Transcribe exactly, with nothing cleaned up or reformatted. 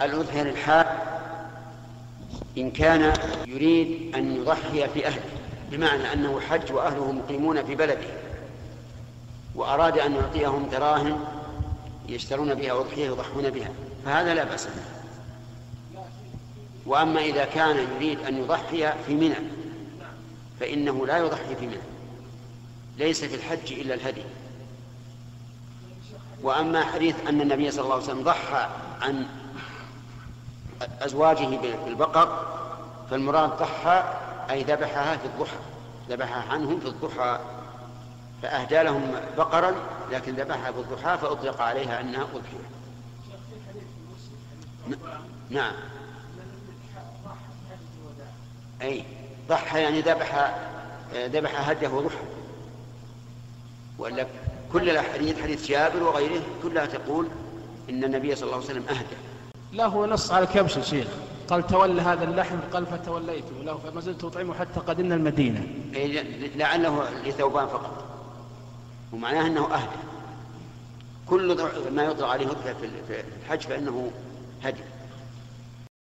الأضحية للحاج إن كان يريد أن يضحي في أهله، بمعنى أنه حج وأهله مقيمون في بلده وأراد أن يعطيهم دراهم يشترون بها أضحية يضحون بها، فهذا لا بأس به. وأما إذا كان يريد أن يضحي في منى فإنه لا يضحي في منى، ليس في الحج إلا الهدي. وأما حديث أن النبي صلى الله عليه وسلم ضحى عن أزواجه بالبقر فالمراد ضحى أي ذبحها في الضحى، ذبحها عنهم في الضحى، فأهدى لهم بقرا لكن ذبحها في الضحى فأطلق عليها أنها أضحية. نعم، أي ضحى يعني ذبح ذبح هديه وضحى. ولا كل الأحاديث حديث جابر وغيره كلها تقول إن النبي صلى الله عليه وسلم أهدى. لا هو نص على الكبش يا شيخ، قال تولى هذا اللحم، قال فتوليته له فما زلت أطعمه حتى قدمنا المدينة. لعله لثوبان فقط، ومعناه أنه أهدى. كل ما يطلق عليه هدى في الحج فإنه هدي.